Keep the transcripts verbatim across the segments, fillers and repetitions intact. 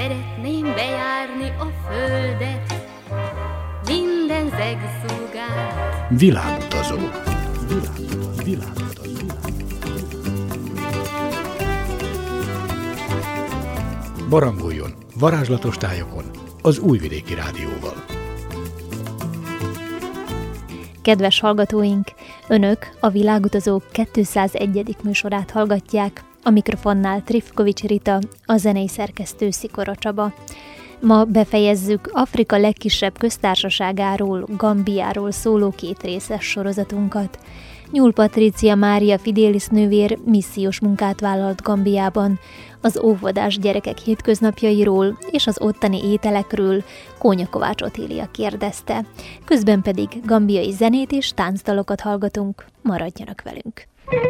Szeretném bejárni a földet, minden zegszúgát. Világutazó. Világutazó. Világutazó. Barangoljon varázslatos tájokon az Újvidéki Rádióval. Kedves hallgatóink, Önök a Világutazó kétszázegyedik műsorát hallgatják, a mikrofonnál Trifkovics Rita, a zenei szerkesztő Szikora Csaba. Ma befejezzük Afrika legkisebb köztársaságáról, Gambiáról szóló kétrészes sorozatunkat. Nyúl Patrícia Mária Fidelis nővér missziós munkát vállalt Gambiában, az óvodás gyerekek hétköznapjairól és az ottani ételekről Kónya Kovács Otília kérdezte. Közben pedig gambiai zenét és táncdalokat hallgatunk, maradjanak velünk!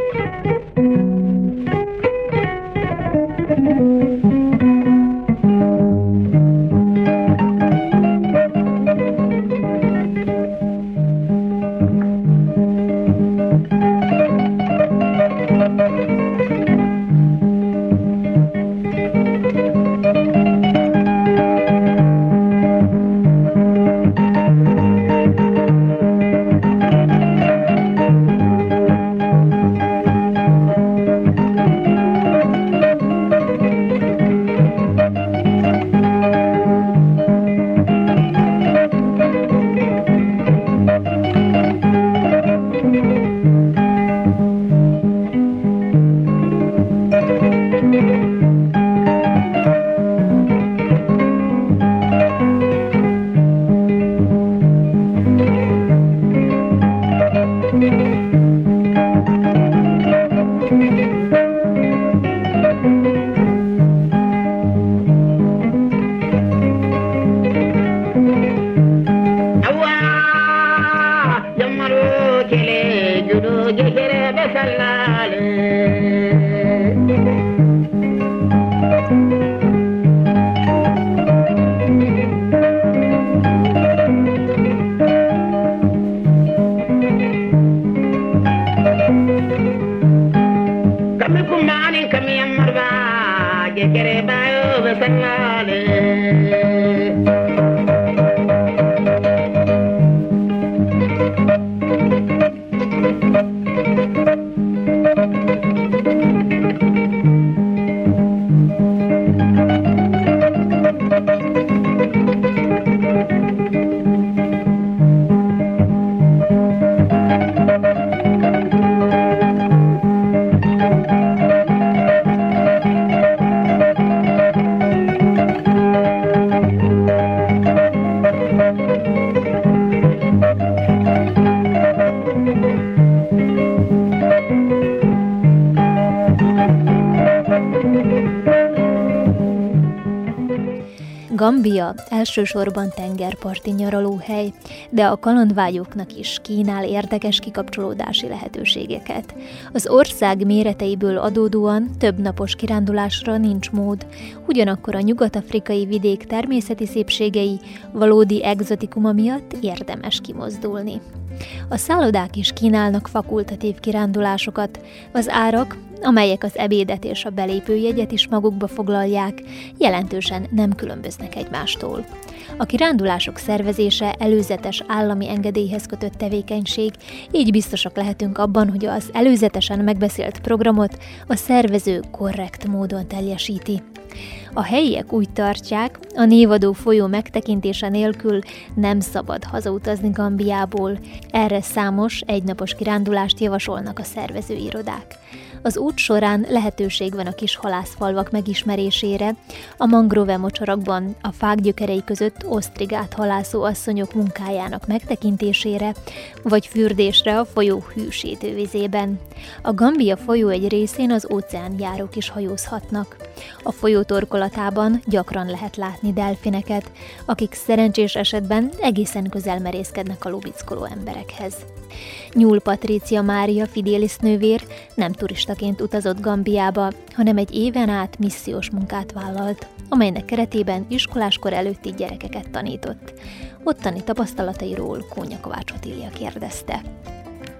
Gambia elsősorban tengerparti nyaralóhely, de a kalandvágyóknak is kínál érdekes kikapcsolódási lehetőségeket. Az ország méreteiből adódóan több napos kirándulásra nincs mód, ugyanakkor a nyugat-afrikai vidék természeti szépségei valódi egzotikuma miatt érdemes kimozdulni. A szállodák is kínálnak fakultatív kirándulásokat, az árak, amelyek az ebédet és a belépőjegyet is magukba foglalják, jelentősen nem különböznek egymástól. A kirándulások szervezése előzetes állami engedélyhez kötött tevékenység, így biztosak lehetünk abban, hogy az előzetesen megbeszélt programot a szervező korrekt módon teljesíti. A helyiek úgy tartják, a névadó folyó megtekintése nélkül nem szabad hazautazni Gambiából, erre számos egynapos kirándulást javasolnak a szervezőirodák. Az út során lehetőség van a kis halászfalvak megismerésére, a mangrove mocsarakban a fák gyökerei között osztrigát halászó asszonyok munkájának megtekintésére, vagy fürdésre a folyó hűsítő vizében. A Gambia folyó egy részén az óceánjárók is hajózhatnak. A folyó torkolatában gyakran lehet látni delfineket, akik szerencsés esetben egészen közel merészkednek a lubickoló emberekhez. Nyúl Patrícia Mária Fidelis nővér nem turistaként utazott Gambiába, hanem egy éven át missziós munkát vállalt, amelynek keretében iskoláskor előtti gyerekeket tanított. Ottani tapasztalatairól Kónya Kovács Otília kérdezte.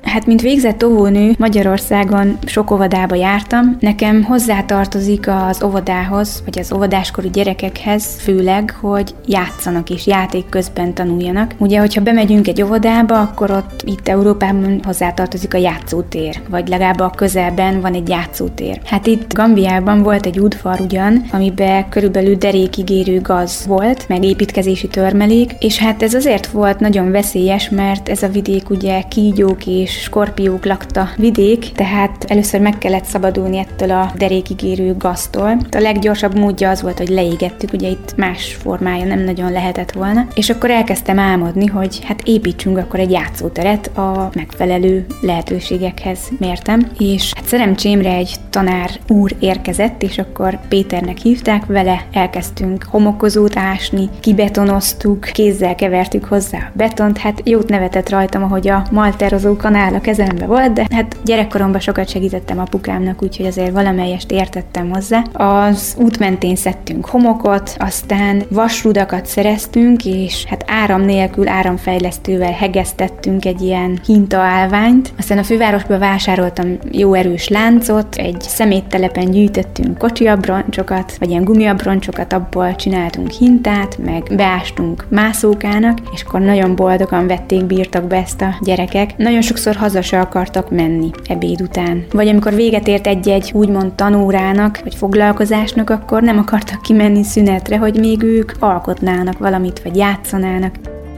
Hát, mint végzett óvónő, Magyarországon sok óvodába jártam. Nekem hozzátartozik az óvodához, vagy az óvodáskorú gyerekekhez főleg, hogy játszanak és játék közben tanuljanak. Ugye, hogyha bemegyünk egy óvodába, akkor ott itt Európában hozzátartozik a játszótér, vagy legalább a közelben van egy játszótér. Hát itt Gambiában volt egy udvar ugyan, amiben körülbelül derékig érő gaz volt, meg építkezési törmelék, és hát ez azért volt nagyon veszélyes, mert ez a vidék ugye kígyók és skorpiók lakta vidék, tehát először meg kellett szabadulni ettől a derékig érő gaztól. A leggyorsabb módja az volt, hogy leégettük, ugye itt más formája nem nagyon lehetett volna, és akkor elkezdtem álmodni, hogy hát építsünk akkor egy játszóteret a megfelelő lehetőségekhez mértem, és hát szerencsémre egy tanár úr érkezett, és akkor Péternek hívták, vele elkezdtünk homokozót ásni, kibetonoztuk, kézzel kevertük hozzá a betont, hát jót nevetett rajtam, ahogy a malterozó kanál a kezembe volt, de hát gyerekkoromban sokat segítettem apukámnak, úgyhogy azért valamelyest értettem hozzá. Az út mentén szedtünk homokot, aztán vasrudakat szereztünk, és hát áram nélkül, áramfejlesztővel hegesztettünk egy ilyen hintaállványt. Aztán a fővárosba vásároltam jó erős láncot, egy szeméttelepen gyűjtöttünk kocsiabroncsokat, vagy ilyen gumiabroncsokat, abból csináltunk hintát, meg beástunk mászókának, és akkor nagyon boldogan vették birtokba ezt a gyerekek. Nagyon sokszor haza se akartak menni ebéd után. Vagy amikor véget ért egy-egy úgymond tanórának, vagy foglalkozásnak, akkor nem akartak kimenni szünetre, hogy még ők alkotnának valamit, vagy játszanának.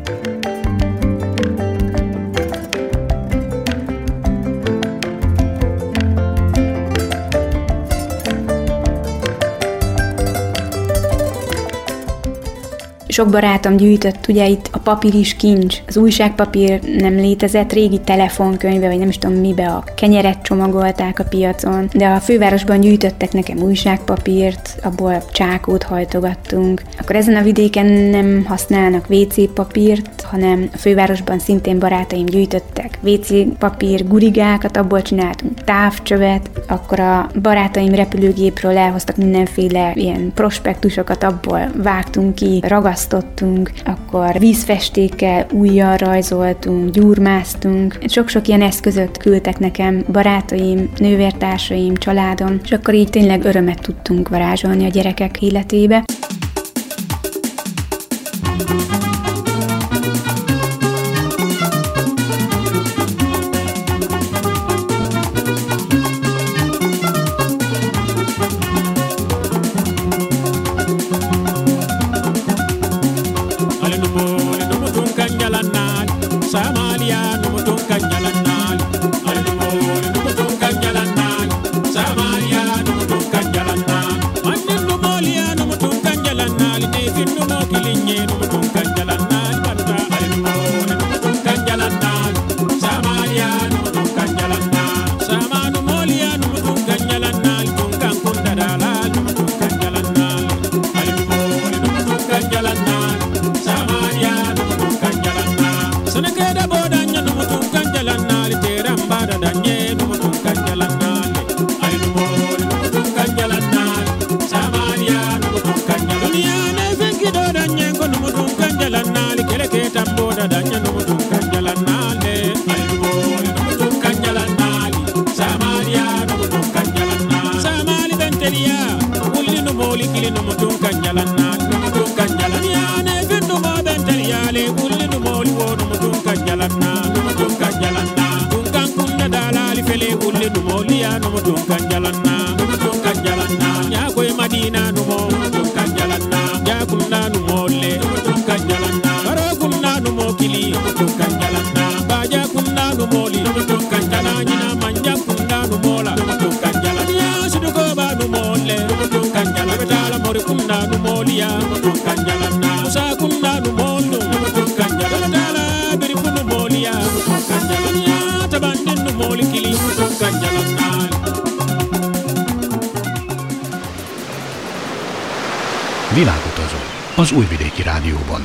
Sok barátom gyűjtött, ugye itt a papír is kincs, az újságpapír nem létezett, régi telefonkönyve, vagy nem is tudom mibe, a kenyeret csomagolták a piacon, de a fővárosban gyűjtöttek nekem újságpapírt, abból csákót hajtogattunk. Akkor ezen a vidéken nem használnak vé cé papírt, hanem a fővárosban szintén barátaim gyűjtöttek vé cé papír gurigákat, abból csináltunk távcsövet, akkor a barátaim repülőgépről elhoztak mindenféle ilyen prospektusokat, abból vágtunk ki, ragasztottunk, akkor vízfestékkel újjal rajzoltunk, gyúrmáztunk. Sok-sok ilyen eszközöt küldtek nekem barátaim, nővértársaim, családom, és akkor így tényleg örömet tudtunk varázsolni a gyerekek életébe. Világutazó az Újvidéki Rádióban.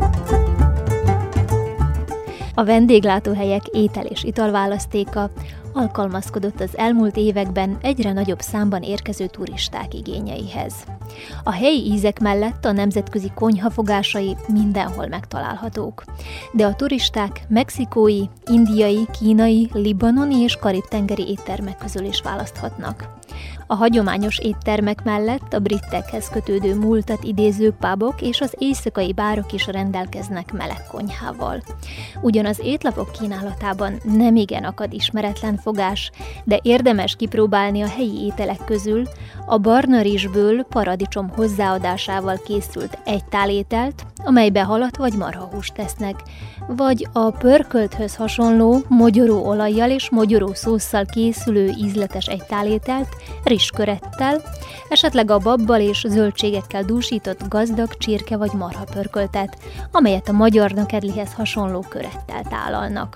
A vendéglátóhelyek étel- és italválasztéka, alkalmazkodott az elmúlt években egyre nagyobb számban érkező turisták igényeihez. A helyi ízek mellett a nemzetközi konyha fogásai mindenhol megtalálhatók, de a turisták mexikói, indiai, kínai, libanoni és karib-tengeri éttermek közül is választhatnak. A hagyományos éttermek mellett a britekhez kötődő múltat idéző pubok és az éjszakai bárok is rendelkeznek meleg konyhával. Ugyan az étlapok kínálatában nemigen akad ismeretlen fogás, de érdemes kipróbálni a helyi ételek közül a barna rizsből paradicsom hozzáadásával készült egy tál ételt, amelybe halat vagy marhahúst tesznek, vagy a pörkölthöz hasonló mogyoró olajjal és mogyoró szósszal készülő ízletes egytálételt rizskörettel, esetleg a babbal és zöldségekkel dúsított gazdag csirke vagy marha pörköltet, amelyet a magyar nakedlihez hasonló körettel tálalnak.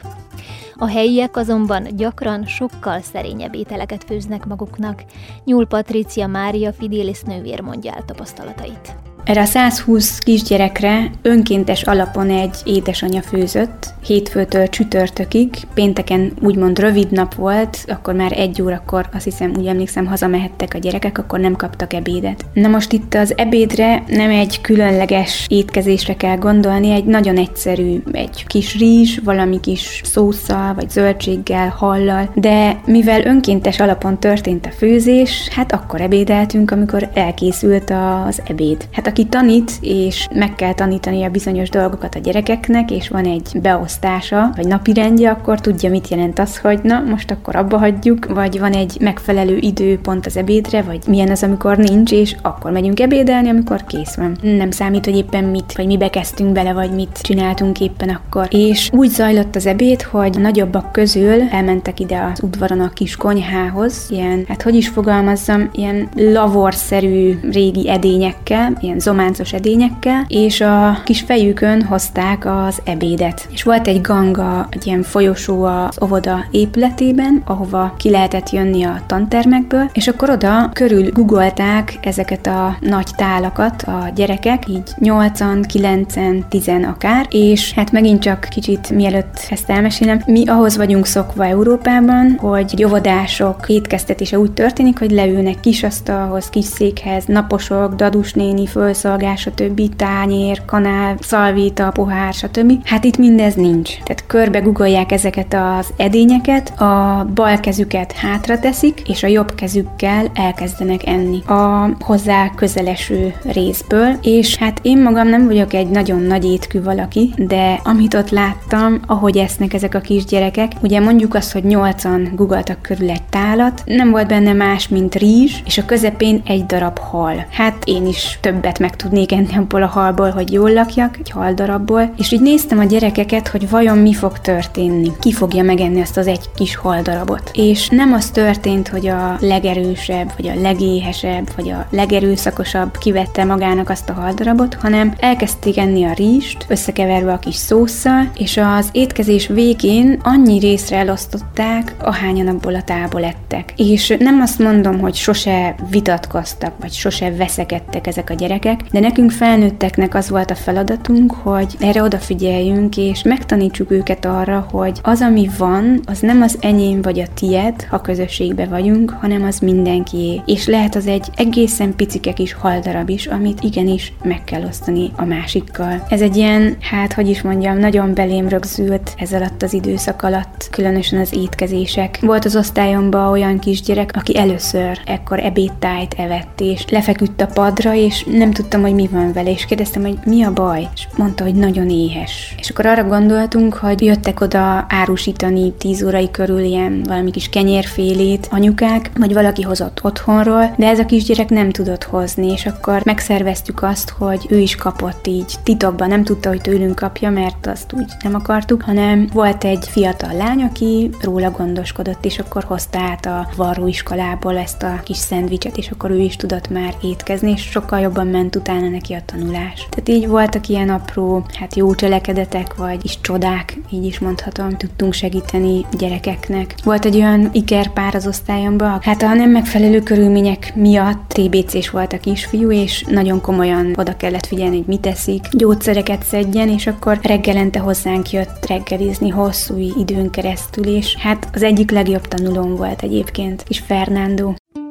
A helyiek azonban gyakran sokkal szerényebb ételeket főznek maguknak. Nyúl Patrícia Mária Fidelis nővér mondja el tapasztalatait. Erre a százhúsz kisgyerekre önkéntes alapon egy édesanyja főzött, hétfőtől csütörtökig, pénteken úgymond rövid nap volt, akkor már egy órakor, azt hiszem, úgy emlékszem, hazamehettek a gyerekek, akkor nem kaptak ebédet. Na most itt az ebédre nem egy különleges étkezésre kell gondolni, egy nagyon egyszerű, egy kis rizs, valami kis szósszal, vagy zöldséggel, hallal, de mivel önkéntes alapon történt a főzés, hát akkor ebédeltünk, amikor elkészült az ebéd. Hát aki tanít, és meg kell tanítani a bizonyos dolgokat a gyerekeknek, és van egy beosztása, vagy napirendje, akkor tudja, mit jelent az, hogy na, most akkor abba hagyjuk, vagy van egy megfelelő időpont az ebédre, vagy milyen az, amikor nincs, és akkor megyünk ebédelni, amikor kész van. Nem számít, hogy éppen mit, vagy mibe kezdtünk bele, vagy mit csináltunk éppen akkor. És úgy zajlott az ebéd, hogy a nagyobbak közül elmentek ide az udvaron a kis konyhához, ilyen, hát hogy is fogalmazzam, ilyen lavorszerű régi edényekkel, ilyen zománcos edényekkel, és a kis fejükön hozták az ebédet. És volt egy ganga, egy ilyen folyosó az óvoda épületében, ahova ki lehetett jönni a tantermekből, és akkor oda körül googolták ezeket a nagy tálakat a gyerekek, így nyolcan, kilencen, tizen akár, és hát megint csak kicsit mielőtt ezt elmesélem, mi ahhoz vagyunk szokva Európában, hogy óvodások étkeztetése úgy történik, hogy leülnek kis asztalhoz, kis székhez, naposok, dadusnéni, fölszolgás, stb. Tányér, kanál, szalvéta, pohár, stb. Hát itt mindez nincs. Tehát körbe googolják ezeket az edényeket, a bal kezüket hátra teszik, és a jobb kezükkel elkezdenek enni a hozzá közeleső részből, és hát én magam nem vagyok egy nagyon nagy étkű valaki, de amit ott láttam, ahogy esznek ezek a kisgyerekek, ugye mondjuk azt, hogy nyolcan googoltak körül egy tálat, nem volt benne más, mint rizs, és a közepén egy darab hal. Hát én is többet meg tudnék enni abból a halból, hogy jól lakjak, egy haldarabból, és így néztem a gyerekeket, hogy vajon mi fog történni. Ki fogja megenni azt az egy kis haldarabot. És nem az történt, hogy a legerősebb, vagy a legéhesebb, vagy a legerőszakosabb kivette magának azt a haldarabot, hanem elkezdték enni a rizst, összekeverve a kis szósszal, és az étkezés végén annyi részre elosztották, ahányan abból a tálból ettek. És nem azt mondom, hogy sose vitatkoztak, vagy sose veszekedtek ezek a gyerekek, de nekünk felnőtteknek az volt a feladatunk, hogy erre odafigyeljünk, és megtanítsuk őket arra, hogy az, ami van, az nem az enyém vagy a tied, ha közösségbe vagyunk, hanem az mindenkié. És lehet az egy egészen picike kis haldarab is, amit igenis meg kell osztani a másikkal. Ez egy ilyen, hát hogy is mondjam, nagyon belém rögzült ez alatt az időszak alatt, különösen az étkezések. Volt az osztályomban olyan kisgyerek, aki először ekkor ebédtájt evett, és lefeküdt a padra, és nem tudtam, hogy mi van vele, és kérdeztem, hogy mi a baj, és mondta, hogy nagyon éhes. És akkor arra gondoltunk, hogy jöttek oda árusítani tíz órai körül ilyen valami kis kenyérfélét anyukák, vagy valaki hozott otthonról, de ez a kisgyerek nem tudott hozni, és akkor megszerveztük azt, hogy ő is kapott így titokban, nem tudta, hogy tőlünk kapja, mert azt úgy nem akartuk, hanem volt egy fiatal lány, aki róla gondoskodott, és akkor hozta át a varróiskolából ezt a kis szendvicset, és akkor ő is tudott már étkezni, és sokkal jobban ment ment utána neki a tanulás. Tehát így voltak ilyen apró, hát jó cselekedetek, vagy is csodák, így is mondhatom, tudtunk segíteni gyerekeknek. Volt egy olyan ikerpár az osztályomban, hát a nem megfelelő körülmények miatt té bé cés volt a kisfiú, és nagyon komolyan oda kellett figyelni, hogy mit eszik, gyógyszereket szedjen, és akkor reggelente hozzánk jött reggelizni hosszú időn keresztül, és hát az egyik legjobb tanulóm volt egyébként, kis Fernando.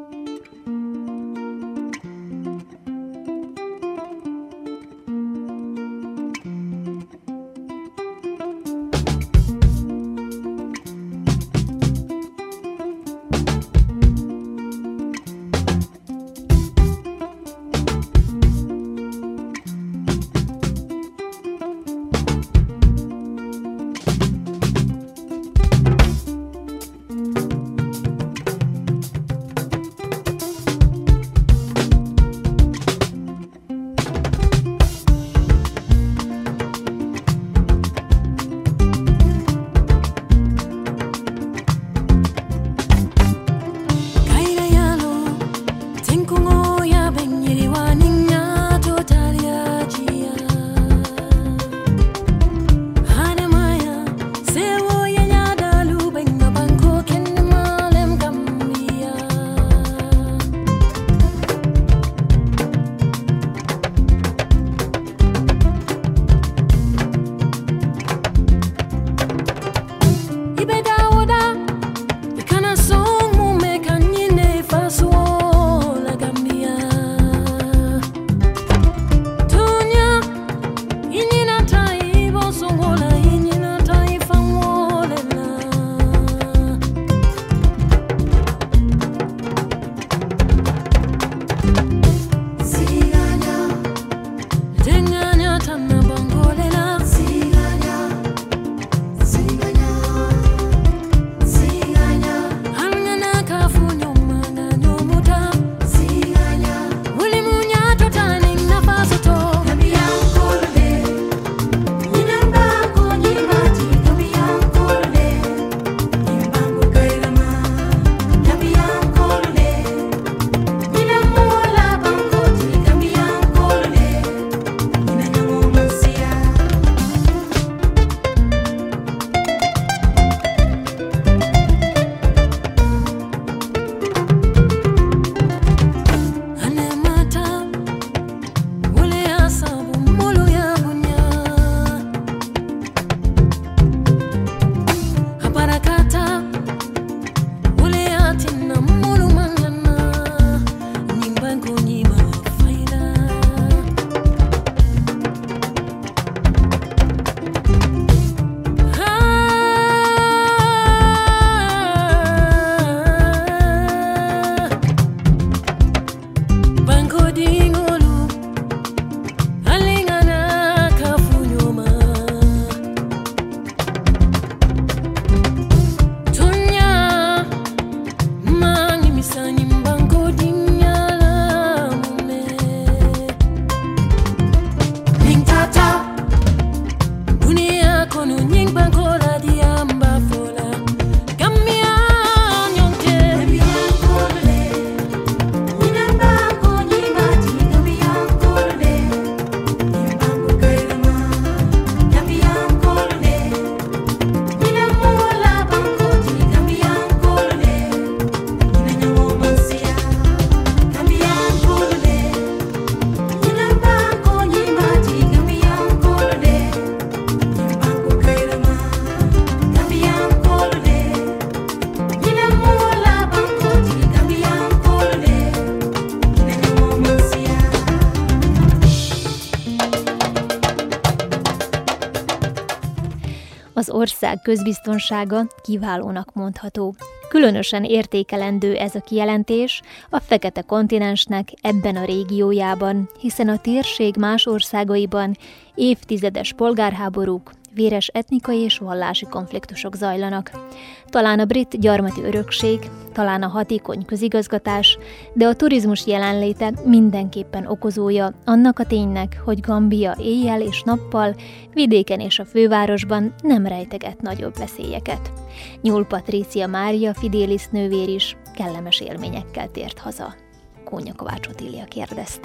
Az ország közbiztonsága kiválónak mondható. Különösen értékelendő ez a kijelentés a fekete kontinensnek ebben a régiójában, hiszen a térség más országaiban évtizedes polgárháborúk, véres etnikai és vallási konfliktusok zajlanak. Talán a brit gyarmati örökség, talán a hatékony közigazgatás, de a turizmus jelenléte mindenképpen okozója annak a ténynek, hogy Gambia éjjel és nappal, vidéken és a fővárosban nem rejteget nagyobb veszélyeket. Nyúl Patrícia Mária Fidelis nővér is kellemes élményekkel tért haza. Kónya Kovács Otília kérdezte.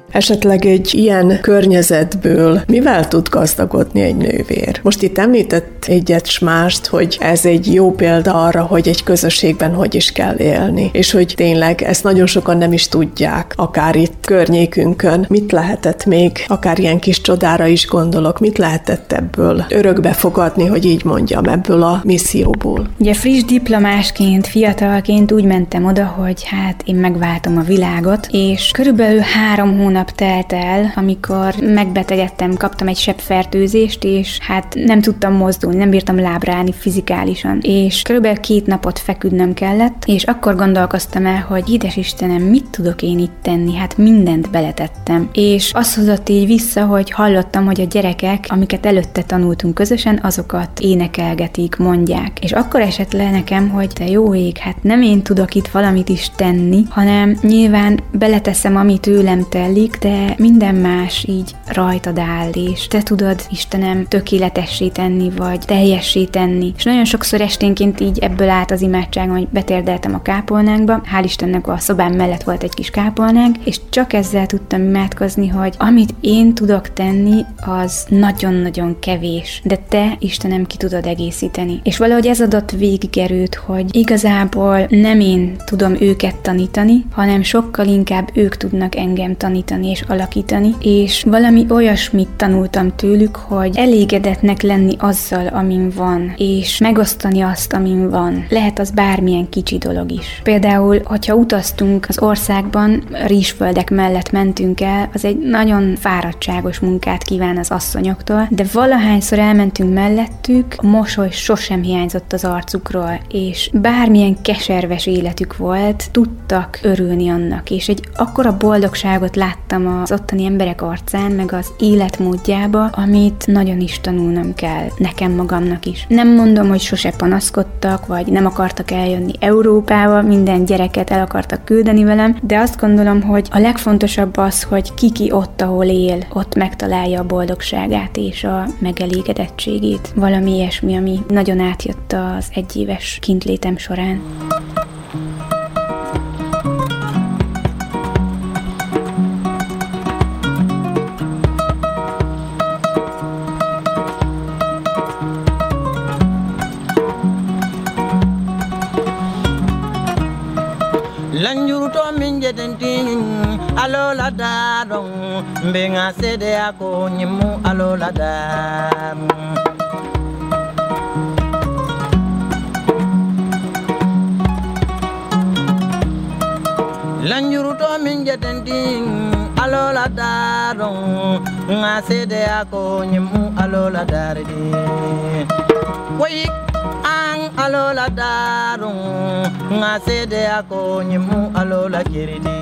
Esetleg egy ilyen környezetből mivel tud gazdagodni egy nővér? Most itt említett egyet s mást, hogy ez egy jó példa arra, hogy egy közösségben hogy is kell élni, és hogy tényleg ezt nagyon sokan nem is tudják, akár itt környékünkön. Mit lehetett még, akár ilyen kis csodára is gondolok, mit lehetett ebből örökbe fogadni, hogy így mondjam, ebből a misszióból? Ugye friss diplomásként, fiatalként úgy mentem oda, hogy hát én megváltom a világot, és körülbelül három hónap telt el, amikor megbetegedtem, kaptam egy sebfertőzést, és hát nem tudtam mozdulni, nem bírtam lábra állni fizikálisan, és körülbelül két napot feküdnöm kellett, és akkor gondolkoztam el, hogy édes Istenem, mit tudok én itt tenni? Hát mindent beletettem. És azt hozott így vissza, hogy hallottam, hogy a gyerekek, amiket előtte tanultunk közösen, azokat énekelgetik, mondják. És akkor esett le nekem, hogy te jó ég, hát nem én tudok itt valamit is tenni, hanem nyilván beleteszem, ami tőlem telik, de minden más így rajtad áll, és te tudod, Istenem, tökéletessé tenni, vagy teljessé tenni. És nagyon sokszor esténként így ebből állt az imádságom, hogy betérdeltem a kápolnánkba. Hál' Istennek a szobám mellett volt egy kis kápolnánk, és csak ezzel tudtam imádkozni, hogy amit én tudok tenni, az nagyon-nagyon kevés, de te, Istenem, ki tudod egészíteni. És valahogy ez adott végigerőt, hogy igazából nem én tudom őket tanítani, hanem sokkal inkább ők tudnak engem tanítani és alakítani, és valami olyasmit tanultam tőlük, hogy elégedetnek lenni azzal, amin van, és megosztani azt, amin van. Lehet az bármilyen kicsi dolog is. Például, hogyha utaztunk az országban, rizsföldek mellett mentünk el, az egy nagyon fáradtságos munkát kíván az asszonyoktól, de valahányszor elmentünk mellettük, a mosoly sosem hiányzott az arcukról, és bármilyen keserves életük volt, tudtak örülni annak, és egy akkora boldogságot láttam az ottani emberek arcán, meg az életmódjába, amit nagyon is tanulnom kell, nekem magamnak is. Nem mondom, hogy sose panaszkodtak, vagy nem akartak eljönni Európába, minden gyereket el akartak küldeni velem, de azt gondolom, hogy a legfontosabb az, hogy ki-ki ott, ahol él, ott megtalálja a boldogságát és a megelégedettségét. Valami ilyesmi, ami nagyon átjött az egyéves kintlétem során. Lanjuruto minje dentin alola dadong benga sede ako nyimu alola dam Lanjuruto minje dentin alola dadong nga sede ako nyimu alola dardi Wait alola darung nga sede ako nyimu alola kiridi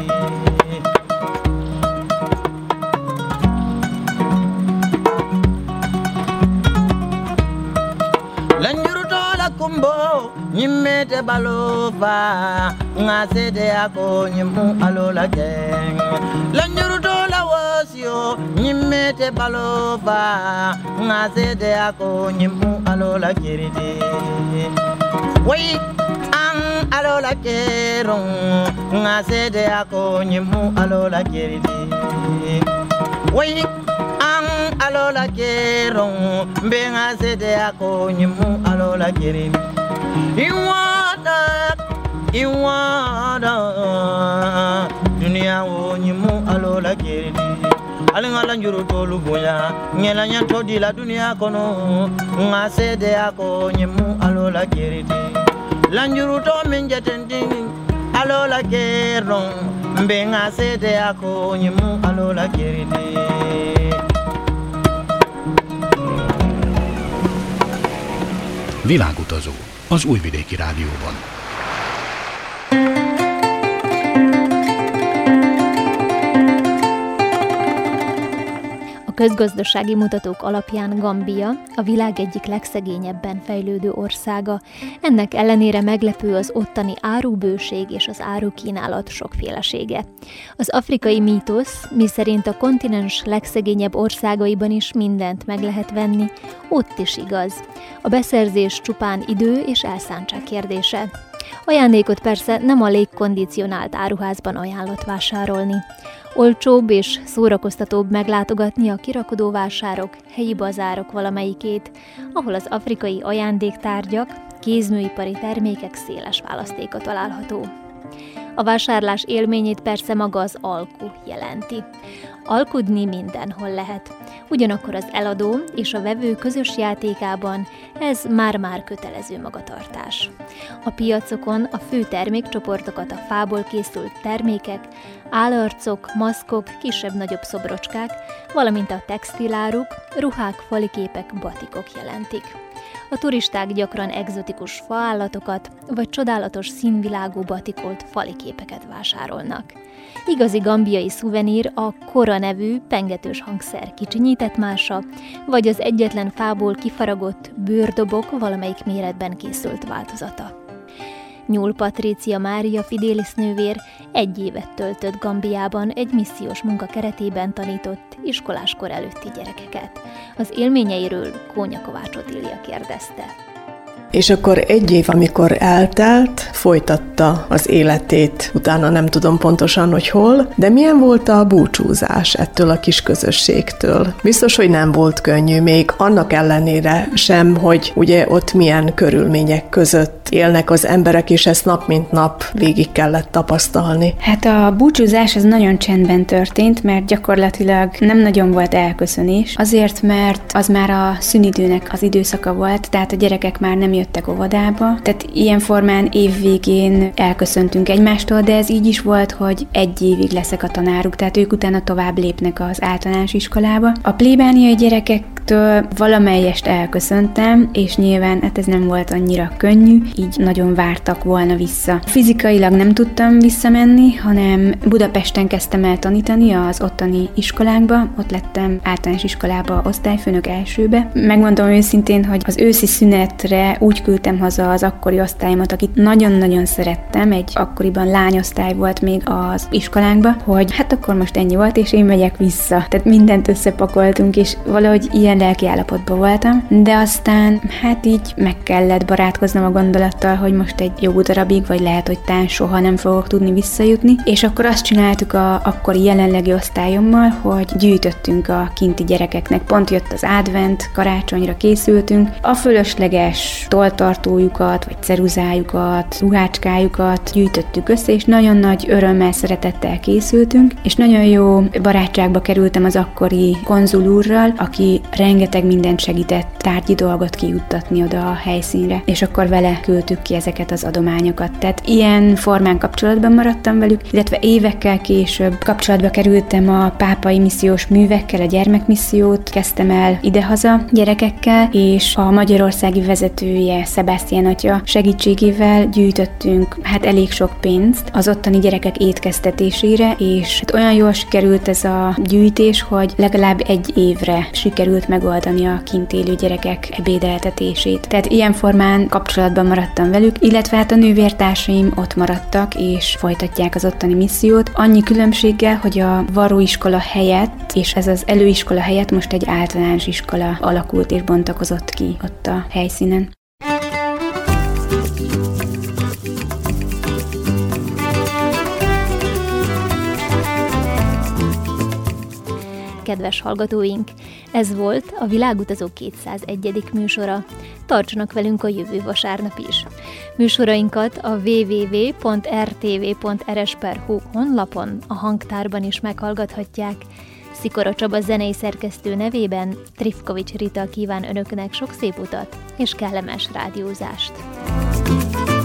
Lanjuruto la kumbo nyimmete balofa nga sede ako nyimu alola geng Lanjuruto la wasio nyimmete balofa nga sede ako nyimu alola kiridi Wait, ang alola kerong nga sede ako nyimu alola keridi. Wait, ang alola kerong be nga sede ako nyimu alola keridi. Iwada, iwada, dunia wo nyimu alola keridi. Alingala njuru tolu boya, ngela nyanto di la dunia kono nga sede ako nyimu alola keridi. Lanjuru to minje tending alola kerong mbenga sede ako nyimu alola keridi Világutazó az Újvidéki Rádióban. Közgazdasági mutatók alapján Gambia a világ egyik legszegényebben fejlődő országa. Ennek ellenére meglepő az ottani árubőség és az árukínálat sokfélesége. Az afrikai mítosz, miszerint a kontinens legszegényebb országaiban is mindent meg lehet venni, ott is igaz. A beszerzés csupán idő és elszántság kérdése. Ajándékot persze nem a légkondicionált áruházban ajánlott vásárolni. Olcsóbb és szórakoztatóbb meglátogatni a kirakodóvásárok, helyi bazárok valamelyikét, ahol az afrikai ajándéktárgyak, kézműipari termékek széles választéka található. A vásárlás élményét persze maga az alku jelenti. Alkudni mindenhol lehet. Ugyanakkor az eladó és a vevő közös játékában ez már-már kötelező magatartás. A piacokon a fő termékcsoportokat a fából készült termékek, állarcok, maszkok, kisebb-nagyobb szobrocskák, valamint a textiláruk, ruhák, faliképek, batikok jelentik. A turisták gyakran egzotikus faállatokat vagy csodálatos színvilágú batikolt faliképeket vásárolnak. Igazi gambiai szuvenír a kora nevű pengetős hangszer kicsinyített mása, vagy az egyetlen fából kifaragott bőrdobok valamelyik méretben készült változata. Nyúl Patrícia Mária Fidelis nővér egy évet töltött Gambiában egy missziós munka keretében tanított iskoláskor előtti gyerekeket. Az élményeiről Kónya Kovács Otília kérdezte. És akkor egy év, amikor eltelt, folytatta az életét, utána nem tudom pontosan, hogy hol, de milyen volt a búcsúzás ettől a kis közösségtől? Biztos, hogy nem volt könnyű, még annak ellenére sem, hogy ugye ott milyen körülmények között élnek az emberek, és ezt nap mint nap végig kellett tapasztalni. Hát a búcsúzás az nagyon csendben történt, mert gyakorlatilag nem nagyon volt elköszönés, azért, mert az már a szünidőnek az időszaka volt, tehát a gyerekek már nem jöttek óvodába, tehát ilyen formán évvégén elköszöntünk egymástól, de ez így is volt, hogy egy évig leszek a tanáruk, tehát ők utána tovább lépnek az általános iskolába. A plébániai gyerekektől valamelyest elköszöntem, és nyilván hát ez nem volt annyira könnyű, így nagyon vártak volna vissza. Fizikailag nem tudtam visszamenni, hanem Budapesten kezdtem el tanítani az ottani iskolákba, ott lettem általános iskolába osztályfőnök elsőbe. Megmondom őszintén, hogy az őszi szünetre úgy küldtem haza az akkori osztályomat, akit nagyon-nagyon szerettem, egy akkoriban lányosztály volt még az iskolánkba, hogy hát akkor most ennyi volt, és én megyek vissza. Tehát mindent összepakoltunk, és valahogy ilyen lelkiállapotban voltam, de aztán hát így meg kellett barátkoznom a gondolattal, hogy most egy jó darabig, vagy lehet, hogy tán soha nem fogok tudni visszajutni, és akkor azt csináltuk a akkori jelenlegi osztályommal, hogy gyűjtöttünk a kinti gyerekeknek. Pont jött az advent, karácsonyra készültünk, a fölösleges tolltartójukat, vagy ceruzájukat, ruhácskájukat gyűjtöttük össze, és nagyon nagy örömmel, szeretettel készültünk, és nagyon jó barátságba kerültem az akkori konzul úrral, aki rengeteg mindent segített tárgyi dolgot kijuttatni oda a helyszínre, és akkor vele küldtük ki ezeket az adományokat. Tehát ilyen formán kapcsolatban maradtam velük, illetve évekkel később kapcsolatba kerültem a pápai missziós művekkel, a gyermekmissziót kezdtem el idehaza gyerekekkel, és a magyarországi vezetője, Sebastian atya segítségével gyűjtöttünk hát elég sok pénzt az ottani gyerekek étkeztetésére, és hát olyan jól sikerült ez a gyűjtés, hogy legalább egy évre sikerült megoldani a kint élő gyerekek ebédeltetését. Tehát ilyen formán kapcsolatban maradtam velük, illetve hát a nővértársaim ott maradtak, és folytatják az ottani missziót. Annyi különbséggel, hogy a varróiskola helyett, és ez az előiskola helyett most egy általános iskola alakult és bontakozott ki ott a helyszínen. Kedves hallgatóink, ez volt a Világutazó kétszázegyedik műsora. Tartsanak velünk a jövő vasárnap is. Műsorainkat a double-u double-u double-u pont r t v pont r s pont h u honlapon, a hangtárban is meghallgathatják. Szikora Csaba zenei szerkesztő nevében Trifkovics Rita kíván önöknek sok szép utat és kellemes rádiózást.